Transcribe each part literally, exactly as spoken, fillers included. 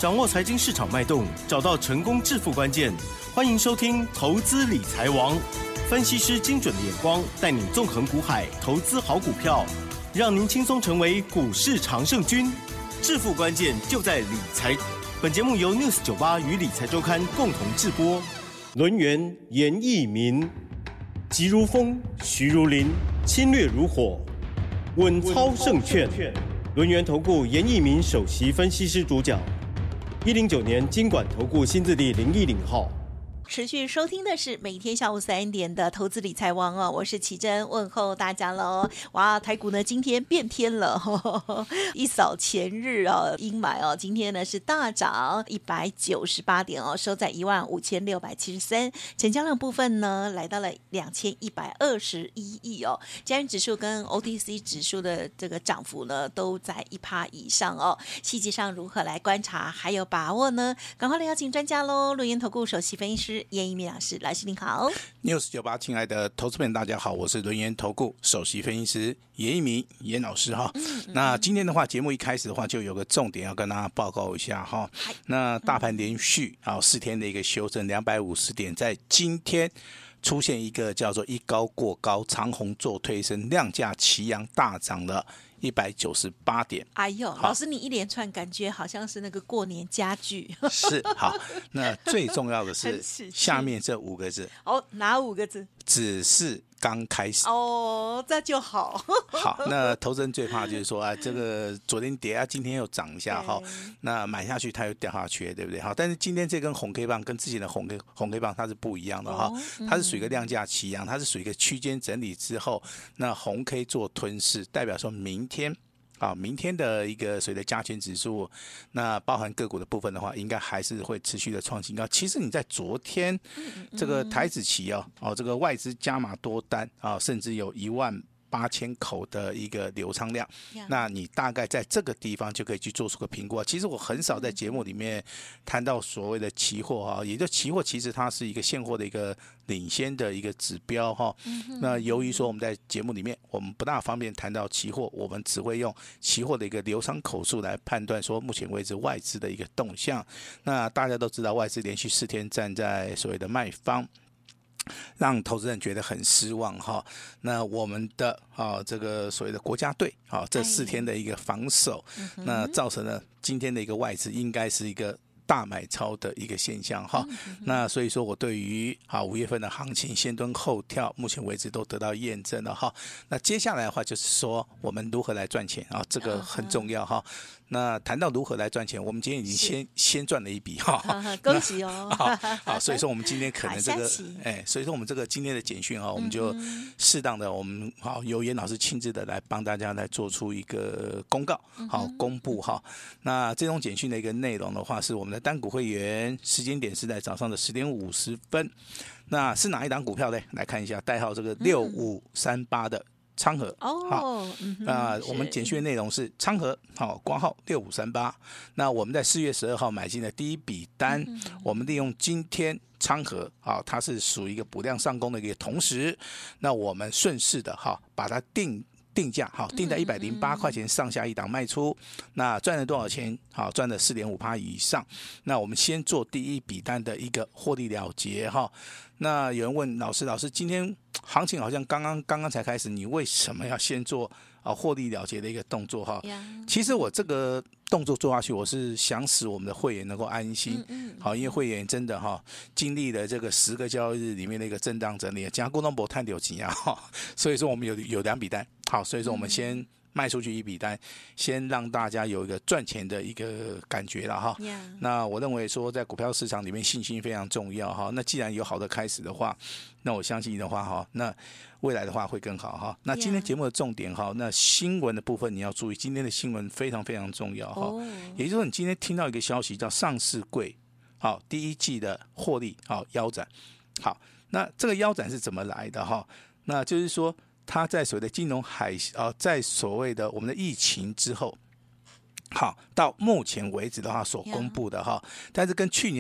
掌握财经市场脉动，找到成功致富关键。欢迎收听《投资理财王》，分析师精准的眼光，带你纵横股海，投资好股票，让您轻松成为股市常胜军。致富关键就在理财。本节目由 News 九八与理财周刊共同制播。轮源严义民，急如风，徐如林，侵略如火，稳操胜券。轮源投顾严义民首席分析师主讲。一零九年金管投顾新字第零一零号。 持续收听的是每天下午三点的投资理财王哦，我是奇珍，问候大家喽。哇，台股呢今天变天了，呵呵一扫前日哦阴霾哦，今天呢是大涨一百九十八点哦，收在一万五千六百七十三，成交量部分呢来到了两千一百二十一亿哦，加权指数跟 O T C 指数的这个涨幅呢都在一趴以上哦。细节上如何来观察还有把握呢？赶快来邀请专家喽，轮源投顾首席分析师严义民老师，老师您好。 News 九八，亲爱的投资朋友大家好，我是轮源投顾首席分析师严义民严老师哈、嗯嗯。那今天的话，节目一开始的话就有个重点要跟大家报告一下哈。那大盘连续啊四天的一个修正两百五十点，在今天出现一个叫做一高过高，长红做推升，量价齐扬大涨了一百九十八点。 哎呦，老师你一连串感觉好像是那个过年家具。 是，好，那最重要的是下面这五个字。 哦，哪五个字？ 只是刚开始。 哦，这就好。 好，那投资人最怕就是说啊，这个昨天跌啊，今天又涨一下哈，那买下去它又掉下去，对不对？好，但是今天这根红 K 棒跟之前的红 K 红 K 棒它是不一样的哈、哦嗯，它是属于一个量价齐扬，它是属于一个区间整理之后，那红 K 做吞噬，代表说明天。好，明天的一个随着加权指数，那包含个股的部分的话，应该还是会持续的创新高。其实你在昨天这个台指期哦，哦这个外资加码多单啊，甚至有一万八千口的一个流仓量，那你大概在这个地方就可以去做出个评估。其实我很少在节目里面谈到所谓的期货啊，也就期货其实它是一个现货的一个领先的一个指标哈。那由于说我们在节目里面我们不大方便谈到期货，我们只会用期货的一个流仓口数来判断说目前为止外资的一个动向。那大家都知道外资连续四天站在所谓的卖方，让投资人觉得很失望哈。那我们的啊这个所谓的国家队啊这四天的一个防守，那造成了今天的一个外资应该是一个大买超的一个现象哈。那所以说我对于啊五月份的行情先蹲后跳，目前为止都得到验证了哈。那接下来的话就是说我们如何来赚钱啊，这个很重要哈。那谈到如何来赚钱，我们今天已经先先赚了一笔哈， 恭喜哦！ 好，好，所以说我们今天可能这个，哎，所以说我们这个今天的简讯哈，我们就适当的，我们好由严老师亲自的来帮大家来做出一个公告，好公布哈。那这种简讯的一个内容的话，是我们的单股会员，时间点是在早上的十点五十分。那是哪一档股票呢？来看一下，代号这个六五三八的。昌河哦， 好，那、呃、我们简讯的内容是昌河，好，挂号六五三八。那我们在四月十二号买进的第一笔单，嗯、我们利用今天昌河，好，它是属于一个补量上攻的一个同时，那我们顺势的哈，把它定。定价好，定在一百零八块钱上下一档卖出，那赚了多少钱？好，赚了 四点五趴 以上。那我们先做第一笔单的一个获利了结哈。那有人问老师，老师今天行情好像刚刚刚刚才开始，你为什么要先做啊获利了结的一个动作哈？其实我这个动作做下去，我是想使我们的会员能够安心。好，因为会员真的哈经历了这个十个交易日里面的一个震荡整理，加股东博探有钱啊，所以说我们有有两笔单。好，所以说我们先卖出去一笔单，先让大家有一个赚钱的一个感觉了哈。Yeah. 那我认为说，在股票市场里面信心非常重要哈。那既然有好的开始的话，那我相信的话哈，那未来的话会更好哈。那今天节目的重点哈，那新闻的部分你要注意，今天的新闻非常非常重要哈。Oh. 也就是说，你今天听到一个消息叫上市柜好第一季的获利好腰斩，好，那这个腰斩是怎么来的哈？那就是说。它在所谓的金融海呃，在所谓的我们的疫情之后，好到目前为止的话所公布的哈，但是跟去年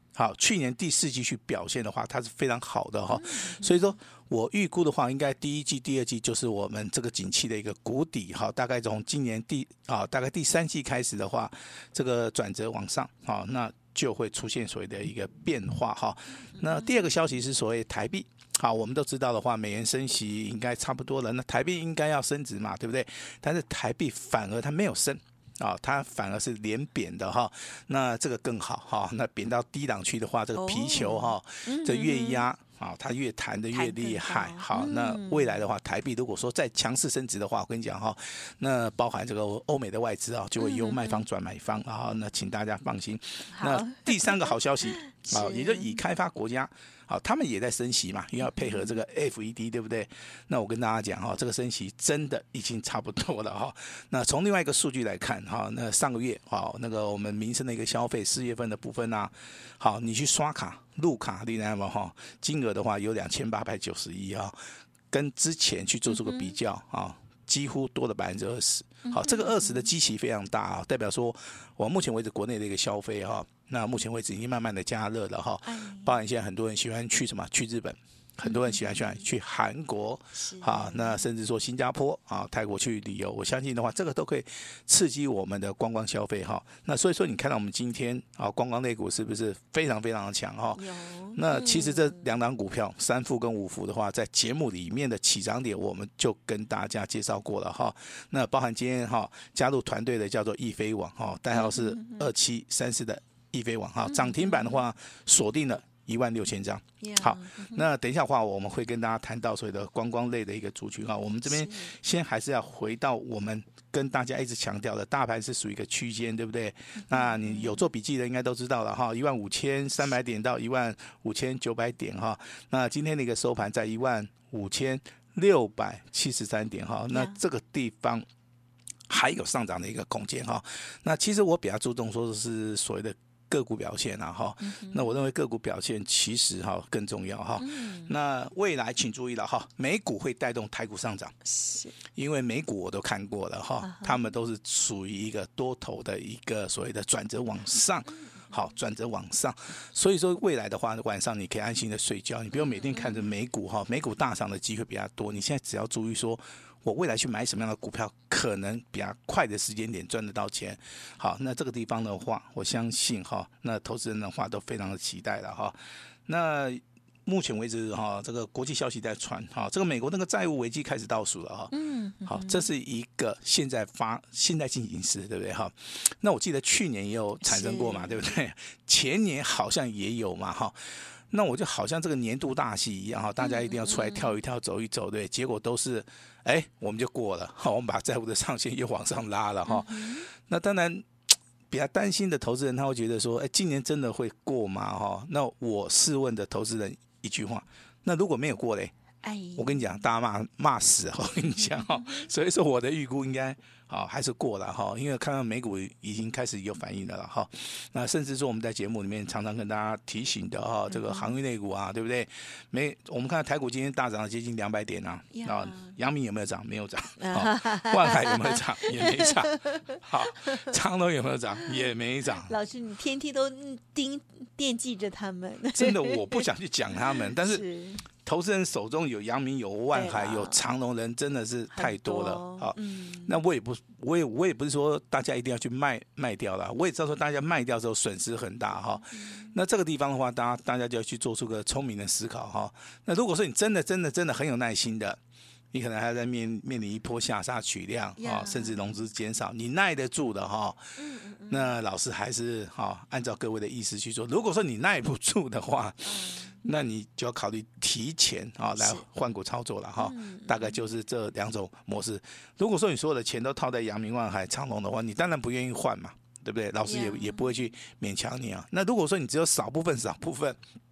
好，去年第四季去表现的话，它是非常好的哈、哦。所以说我预估的话，应该第一季、第二季就是我们这个景气的一个谷底哈。大概从今年第啊，大概第三季开始的话，这个转折往上好，那就会出现所谓的一个变化哈。那第二个消息是所谓台币。好，我们都知道的话，美元升息应该差不多了，那台币应该要升值嘛，对不对？但是台币反而它没有升。啊、哦，它反而是连贬的哈，那这个更好哈。那贬到低档区的话，这个皮球哈，哦嗯、这越压啊、哦，它越弹的越厉害。好，那未来的话，台币如果说再强势升值的话，我跟你讲哈，那包含这个欧美的外资啊，就会由卖方转买方啊、嗯。那请大家放心。那第三个好消息啊、哦，也就已开发国家。好，他们也在升息嘛，因为要配合这个 F E D， 对不对？那我跟大家讲哈，这个升息真的已经差不多了哈。那从另外一个数据来看哈，那上个月好，那个我们民生的一个消费四月份的部分啊，好，你去刷卡、入卡，你知道吗？哈，金额的话有两千八百九十一啊，跟之前去做出个比较啊。几乎多了百分之二十，好，这个二十的基期非常大啊，代表说我目前为止国内的一个消费哈，那目前为止已经慢慢的加热了哈，包含现在很多人喜欢去什么去日本。很多人喜欢喜欢去韩国，好，那甚至说新加坡啊、泰国去旅游，我相信的话，这个都可以刺激我们的观光消费哈。那所以说，你看到我们今天啊，观光类股是不是非常非常的强哈？那其实这两档股票，三富跟五福的话，在节目里面的起涨点，我们就跟大家介绍过了哈。那包含今天哈加入团队的叫做易飞网哈，代号是二七三四的易飞网哈，涨停板的话锁定了。一万六千张，好，那等一下的话，我们会跟大家谈到所谓的观光类的一个族群啊。我们这边先还是要回到我们跟大家一直强调的，大盘是属于一个区间，对不对？那你有做笔记的应该都知道了哈，一万五千三百点到一万五千九百点哈。那今天的一个收盘在一万五千六百七十三点哈，那这个地方还有上涨的一个空间哈。那其实我比较注重说的是所谓的。个股表现啊哈，那我认为个股表现其实哈更重要哈。那未来请注意了哈，美股会带动台股上涨，因为美股我都看过了哈，他们都是属于一个多头的一个所谓的转折往上。好，转折往上，所以说未来的话，晚上你可以安心的睡觉，你不用每天看着美股哈，美股大涨的机会比较多。你现在只要注意说，我未来去买什么样的股票，可能比较快的时间点赚得到钱。好，那这个地方的话，我相信哈，那投资人的话都非常的期待了哈。那目前为止哈，这个国际消息在传哈，这个美国那个债务危机开始倒数了哈。嗯，好，这是一个现在发现在进行时，对不对哈？那我记得去年也有产生过嘛，对不对？前年好像也有嘛哈。那我就好像这个年度大戏一样哈，大家一定要出来跳一跳、走一走，对，结果都是哎，我们就过了，好，我们把债务的上限又往上拉了哈。那当然。比较担心的投资人，他会觉得说，哎，今年真的会过吗？哈，那我试问的投资人一句话，那如果没有过嘞，我跟你讲，大家骂骂死，我跟你讲哈，所以说我的预估应该好还是过了哈，因为看到美股已经开始有反应了了哈。那甚至说我们在节目里面常常跟大家提醒的哈，这个航运类股啊，对不对？没，我们看到台股今天大涨了接近两百点啊，啊，阳明有没有涨？没有涨。万海有没有涨？也没涨。好，长荣有没有涨？也没涨。 老师，你天天都盯惦记着他们。 真的，我不想去讲他们，但是。是投资人手中有阳明、有万海、有长荣人，真的是太多了啊、嗯！那我也不，我也我也不是说大家一定要去卖卖掉了，我也知道说大家卖掉之后损失很大哈。嗯、那这个地方的话，大家大家就要去做出个聪明的思考哈。那如果说你真的真的真的很有耐心的，你可能还要在面面临一波下杀取量啊，甚至融资减少，你耐得住的哈。嗯嗯嗯那老师还是哈按照各位的意思去做。如果说你耐不住的话，嗯那你就要考虑提前啊来换股操作了哈，大概就是这两种模式。如果说你所有的钱都套在阳明、万海、长荣的话，你当然不愿意换嘛，对不对？老师也也不会去勉强你啊。那如果说你只有少部分少部分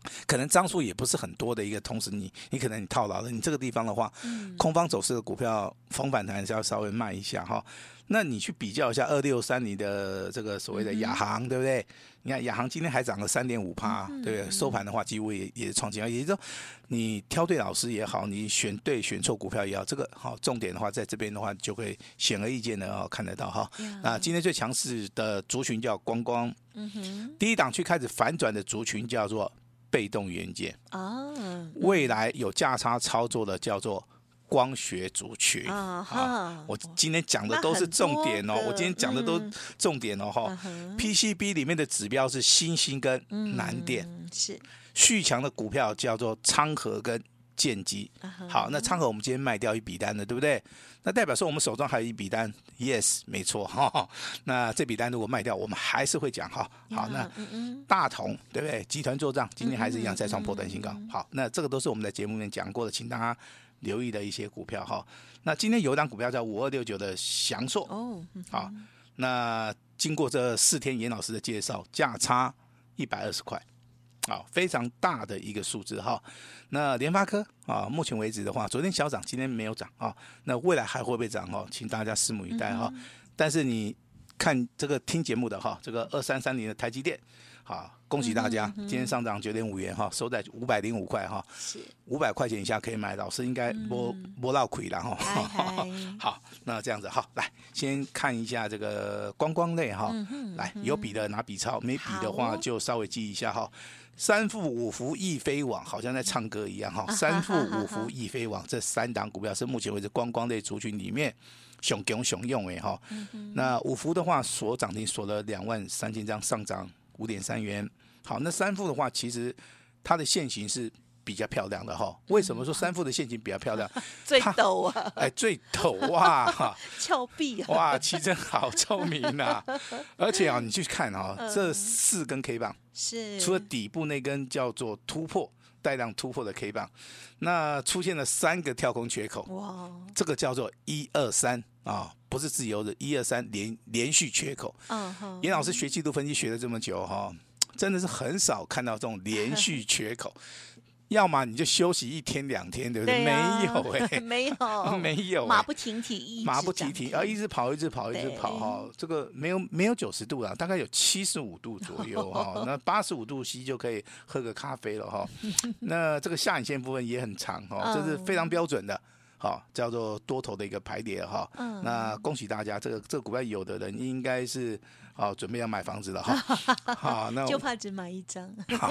可能张数也不是很多的一个，同时你你可能你套牢了，你这个地方的话，嗯、空方走势的股票逢反弹是要稍微卖一下哈。那你去比较一下二六三你的这个所谓的亚航，嗯、对不对？你看亚航今天还涨了 三点五趴，对不对？收盘的话几乎也也是创新高，也就是说你挑对老师也好，你选对选错股票也好，这个好重点的话，在这边的话就会显而易见的哦看得到哈。Yeah. 那今天最强势的族群叫光光，嗯哼，第一档去开始反转的族群叫做被动元件哦，未来有价差操作的叫做光学族群啊，啊我今天讲的都是重点哦，我今天讲的都重点哦哈、嗯、P C B 里面的指标是新兴跟南电、嗯、是续强的股票叫做昌河跟建基、uh huh. 好，那昌河我们今天卖掉一笔单了，对不对？那代表说我们手中还有一笔单 ，yes， 没错哈。那这笔单如果卖掉，我们还是会讲哈。好，那大同对不对？集团做账，今天还是一样再创波段新高。好，那这个都是我们在节目里面讲过的，请大家留意的一些股票哈。那今天有一档股票叫五二六九的祥硕哦，好，那经过这四天严老师的介绍，价差一百二十块。好，非常大的一个数字哈。那联发科啊，目前为止的话，昨天小涨，今天没有涨啊。那未来还会不会涨哈？请大家拭目以待哈。嗯、但是你看这个听节目的哈，这个二三三零的台积电，好，恭喜大家，嗯、今天上涨九点五元哈，收在五百零五块哈。是五百块钱以下可以买，老师应该不不落亏了哈。好，那这样子好，来先看一下这个观光类哈。嗯、来有笔的拿笔抄，没笔的话就稍微记一下哈。三富五福易飞网好像在唱歌一样哈，三富五福易飞网这三档股票是目前为止观光类族群里面熊强熊用的哈。那五福的话锁涨停锁了两万三千张，上涨五点三元。好，那三富的话其实它的线型是比较漂亮的哈。为什么说三富的线型比较漂亮？ 最陡啊！ 哎，最陡哇！ 峭壁啊！ 哇，奇珍好聪明啊！而且啊，你去看啊，这四根 K 棒是除了底部那根叫做突破带量突破的 K 棒，那出现了三个跳空缺口，哇，这个叫做一二三啊，不是自由的，一二三连连续缺口。嗯哼，严老师学技术分析学了这么久哈，真的是很少看到这种连续缺口。要么你就休息一天两天，对不对？对啊、没有哎、欸， 没有， 没有、欸， 马不停蹄，一直马不停蹄，啊，一直跑，一直跑，一直跑哈。这个没有没有九十度啦，大概有七十五度左右哈。那八十五度 C 就可以喝个咖啡了哈。那这个下影线部分也很长哈，这是非常标准的。好，叫做多头的一个排列哈。嗯、那恭喜大家，这个这个股票有的人应该是好、哦、准备要买房子了哈。好，那就怕只买一张，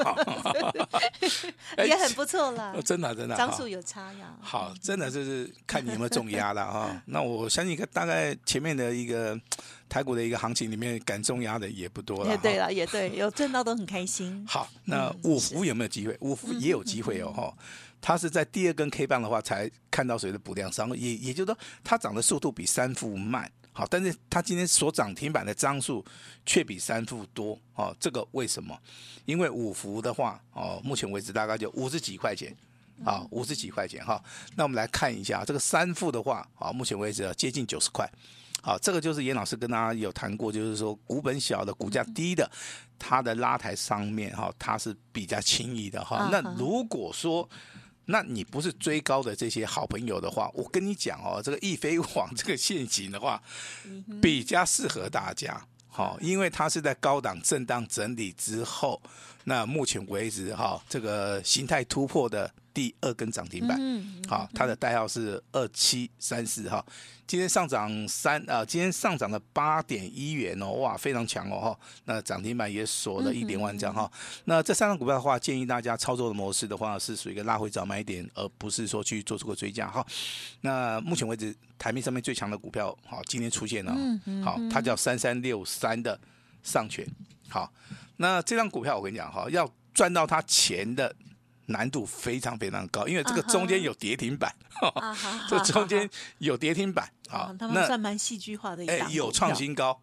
也很不错啦。 真的真的， 张数有差呀。 好，真的就是看你有没有重压了哈。那我相信大概前面的一个台股的一个行情里面，敢重压的也不多了。 也对了，也对，有挣到都很开心。 好，那五福有没有机会？五福也有机会哦哈。嗯嗯嗯它是在第二根 K 棒的话才看到谁的补量商，也也就是说它涨的速度比三富慢，好，但是它今天所涨停板的张数却比三富多，哦，这个为什么？因为五福的话，哦，目前为止大概就五十几块钱，啊，五十几块钱哈。那我们来看一下这个三富的话，啊，目前为止接近九十块。好，这个就是严老师跟大家有谈过，就是说股本小的、股价低的，它的拉抬上面哈，它是比较轻易的哈。那如果说那你不是追高的这些好朋友的话，我跟你讲哦，这个易飞网这个陷阱的话，比较适合大家，好，因为它是在高档震荡整理之后，那目前为止哈，这个形态突破的第二根涨停板，好，它的代号是二七三四哈。今天上涨三啊、呃，今天上涨了八点一元哦，哇，非常强哦哈。那涨停板也锁了一点万张哈。那这三张股票的话，建议大家操作的模式的话，是属于一个拉回早买点，而不是说去做出个追加哈。那目前为止，台面上面最强的股票，好，今天出现了，好，它叫三三六三的上权。好，那这张股票我跟你讲哈，要赚到它钱的难度非常非常高，因为这个中间有跌停板， uh-huh. 这中间有跌停板啊， uh-huh. 他们算蛮戏剧化的一档股票， 有创新高，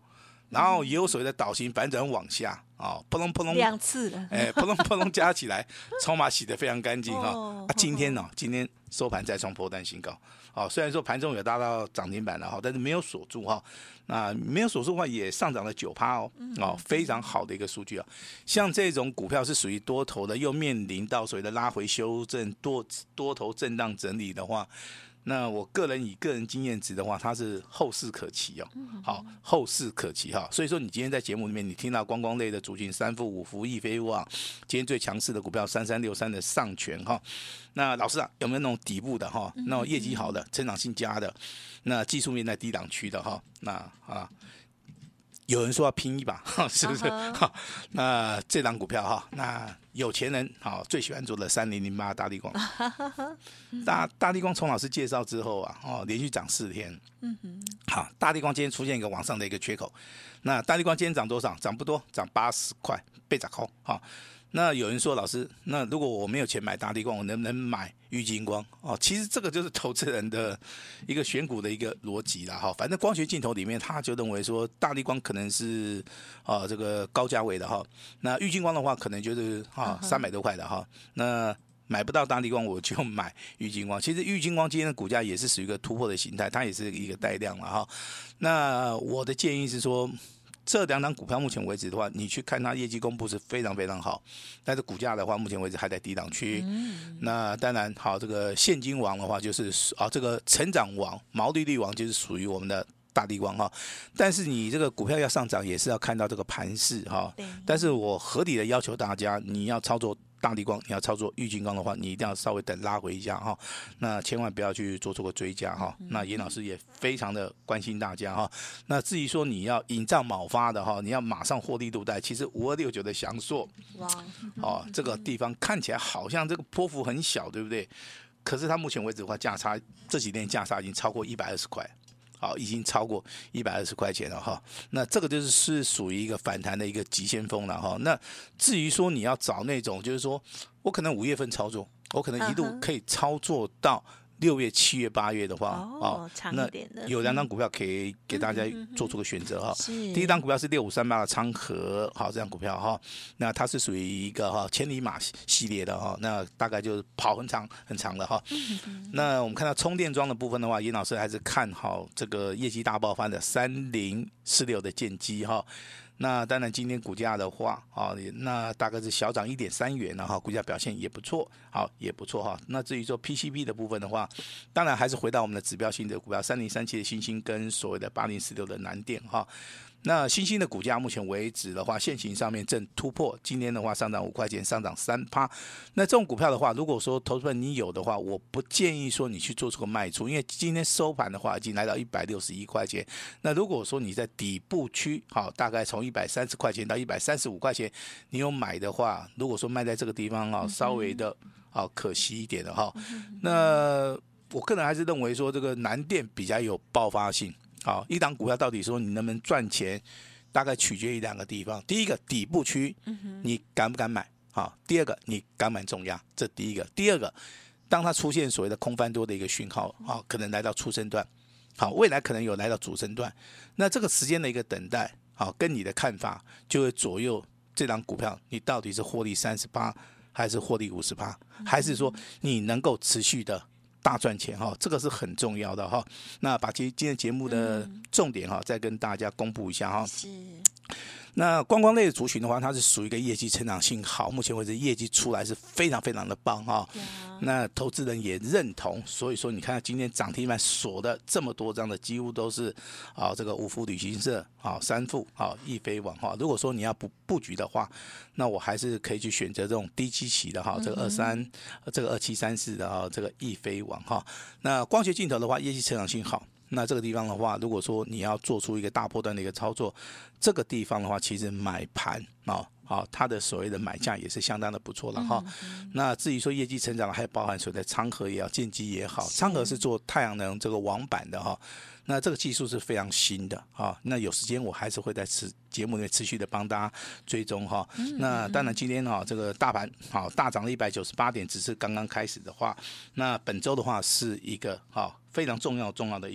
然后也有所谓的倒型反转往下哦，扑隆扑隆两次了， 哎，扑隆扑隆加起来，筹码洗得非常干净哈、 哦啊，今天呢、哦，今天收盘再创波段新高。哦，虽然说盘中有达到涨停板了哈，但是没有锁住哈。那没有锁住的话，也上涨了九趴哦，哦，非常好的一个数据啊。像这种股票是属于多头的，又面临到所谓的拉回修正、多多头震荡整理的话。那我个人以个人经验值的话，它是后市可期哦，好，后市可期哈。所以说，你今天在节目里面，你听到观光类的族群三富、五福、易飞旺，今天最强势的股票三三六三的上权哈。那老师啊，有没有那种底部的哈，那种业绩好的、成长性佳的，那技术面在低档区的哈，那啊。有人说要拼一把，是不是？ Uh-huh. 好，那这档股票哈，那有钱人好最喜欢做的三零零八大立光，大大立光从老师介绍之后啊，哦，连续涨四天，嗯哼，好，大立光今天出现一个往上的一个缺口，那大立光今天涨多少？涨不多，涨八十块，被砸空，好。那有人说，老师，那如果我没有钱买大立光，我能不能买玉晶光？哦，其实这个就是投资人的一个选股的一个逻辑啦。哈，反正光学镜头里面，他就认为说大立光可能是啊这个高价位的哈，那玉晶光的话，可能就是啊三百多块的哈。那买不到大立光，我就买玉晶光。其实玉晶光今天的股价也是属于一个突破的形态，它也是一个带量了哈。那我的建议是说，这两档股票目前为止的话，你去看它业绩公布是非常非常好，但是股价的话，目前为止还在低档区。嗯、那当然好，这个现金王的话就是啊，这个成长王、毛利率王就是属于我们的大立光哈。但是你这个股票要上涨，也是要看到这个盘势哈。但是我合理的要求大家，你要操作大立光，你要操作玉晶光的话，你一定要稍微等拉回一下哈，那千万不要去做出个追加哈。那严老师也非常的关心大家哈。那至于说你要引战卯发的哈，你要马上获利入袋，其实五二六九的祥硕，哇，哦，这个地方看起来好像这个波幅很小，对不对？可是它目前为止的话，价差这几天价差已经超过一百二十块。好，已经超过一百二十块钱了哈。那这个就是是属于一个反弹的一个急先锋了哈。那至于说你要找那种，就是说我可能五月份操作，我可能一路可以操作到六月、七月、八月的话， 哦，长一点的， 那有两档股票可以给大家做出个选择哈。第一档股票是六五三八的昌河，好，这档股票哈，那它是属于一个哈千里马系列的哈，那大概就是跑很长很长的哈。那我们看到充电桩的部分的话，严老师还是看好这个业绩大爆发的三零四六的建机哈。那当然，今天股价的话，啊，那大概是小涨一点三元了哈，股价表现也不错，好也不错哈。那至于说 P C B 的部分的话，当然还是回到我们的指标性的股票三零三七的星星跟所谓的八零四六的南电哈。那新兴的股价目前为止的话，现行上面正突破，今天的话上涨五块钱，上涨三趴。那这种股票的话，如果说投资人你有的话，我不建议说你去做出个卖出，因为今天收盘的话已经来到一百六十一块钱。那如果说你在底部区，好，大概从一百三十块钱到一百三十五块钱，你有买的话，如果说卖在这个地方啊，稍微的啊可惜一点的哈。那我个人还是认为说这个南电比较有爆发性。好，一档股票到底说你能不能赚钱，大概取决于两个地方。第一个，底部区，你敢不敢买？好，第二个，你敢买重压，这第一个。第二个，当它出现所谓的空翻多的一个讯号，好，可能来到初升段，好，未来可能有来到主升段，那这个时间的一个等待，好，跟你的看法就会左右这档股票，你到底是获利三十八，还是获利五十八，还是说你能够持续的大赚钱哈，这个是很重要的哈。那把今今天节目的重点哈，再跟大家公布一下哈。 是。 那观光类的族群的话，它是属于一个业绩成长性好，目前为止业绩出来是非常非常的棒哈。那投资人也认同，所以说你看今天涨停板锁的这么多张的，几乎都是啊这个五福旅行社啊、三富啊、易飞网哈。如果说你要不布局的话，那我还是可以去选择这种低基期的哈，这个二三、这个二七三四的哈，这个易飞网哈。那光学镜头的话，业绩成长性好。那这个地方的话，如果说你要做出一个大波段的一个操作，这个地方的话，其实买盘啊，好，它的所谓的买价也是相当的不错了哈。嗯、那至于说业绩成长，还包含所谓的昌河也好，建机也好，昌河是做太阳能这个网板的哈。那这个技术是非常新的啊，那有时间我还是会在持节目里面持续的帮大家追踪哈。那当然今天哈这个大盘好大涨了一百九十八点，只是刚刚开始的话，那本周的话是一个好非常重要重要的一个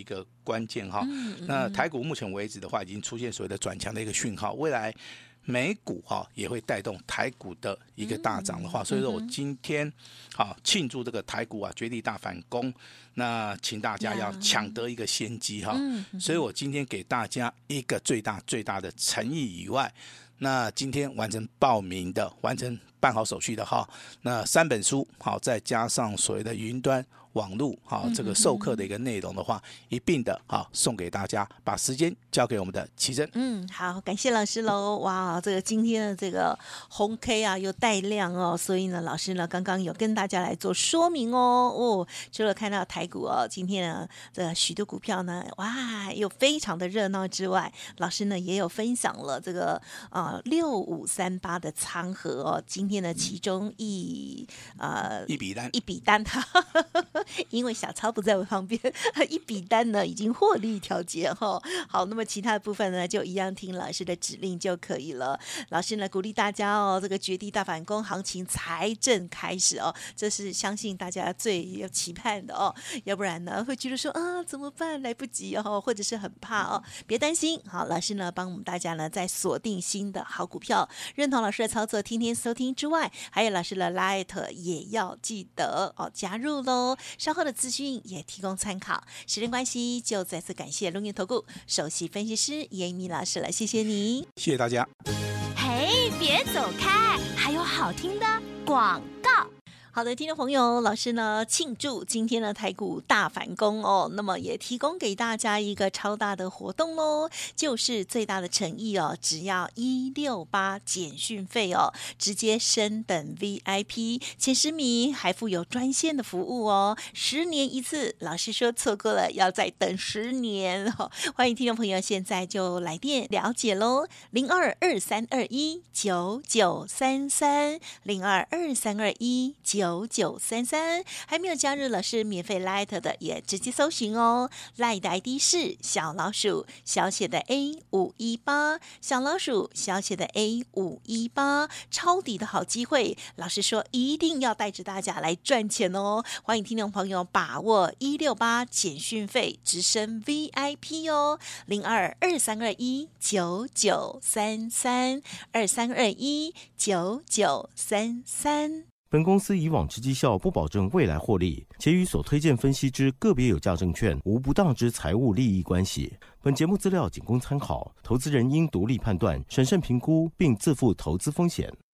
关键哈。 嗯嗯、 那台股目前为止的话，已经出现所谓的转强的一个讯号，未来美股哈也会带动台股的一个大涨的话，嗯、所以说我今天好庆祝这个台股啊绝地大反攻，那请大家要抢得一个先机哈。嗯、所以我今天给大家一个最大最大的诚意以外，那今天完成报名的、完成办好手续的哈，那三本书好，再加上所谓的云端网络好这个授课的一个内容的话，一并的好送给大家，把时间交给我们的奇珍。 嗯，好，感谢老师喽。哇，这个今天的这个红 K 啊又带量哦，所以呢，老师呢刚刚有跟大家来做说明哦。哦，除了看到台股哦，今天呢这许多股票呢，哇，又非常的热闹之外，老师呢也有分享了这个呃六五三八的仓和哦，今天呢其中一呃一笔单一笔单，因为小超不在我旁边，一笔单呢已经获利调节哈。好，那么其他的部分呢，就一样听老师的指令就可以了。老师呢鼓励大家哦，这个绝地大反攻行情才正开始哦，这是相信大家最有期盼的哦。要不然呢，会觉得说啊怎么办，来不及哦，或者是很怕哦。别担心，好，老师呢帮我们大家呢在锁定新的好股票，认同老师的操作，天天收听之外，还有老师的 Light 也要记得哦加入喽。稍后的资讯也提供参考。时间关系，就再次感谢龙岩投顾首席分析师严明老师了，谢谢你， 谢谢大家。 嘿，别走开，还有好听的广告。 好的，听众朋友，老师呢庆祝今天的台股大反攻哦，那么也提供给大家一个超大的活动哦，就是最大的诚意哦，只要一六八简讯费哦，直接升等 V I P， 前十名还附有专线的服务哦，十年一次，老师说错过了要再等十年哦，欢迎听众朋友现在就来电了解喽，零二二三二一九九三三零二二三二一九九九三三，还没有加入老师免费 Light 的也直接搜寻哦， Light 的 I D 是小老鼠小写的 A 五一八， 小老鼠小写的 A 五一八， 抄底的好机会，老师说一定要带着大家来赚钱哦，欢迎听众朋友把握一六八简讯费直升 V I P 哦，零二二三二一九九三三 二三二一九九三三。 本公司以往之绩效不保证未来获利，且与所推荐分析之个别有价证券无不当之财务利益关系。本节目资料仅供参考，投资人应独立判断、审慎评估，并自负投资风险。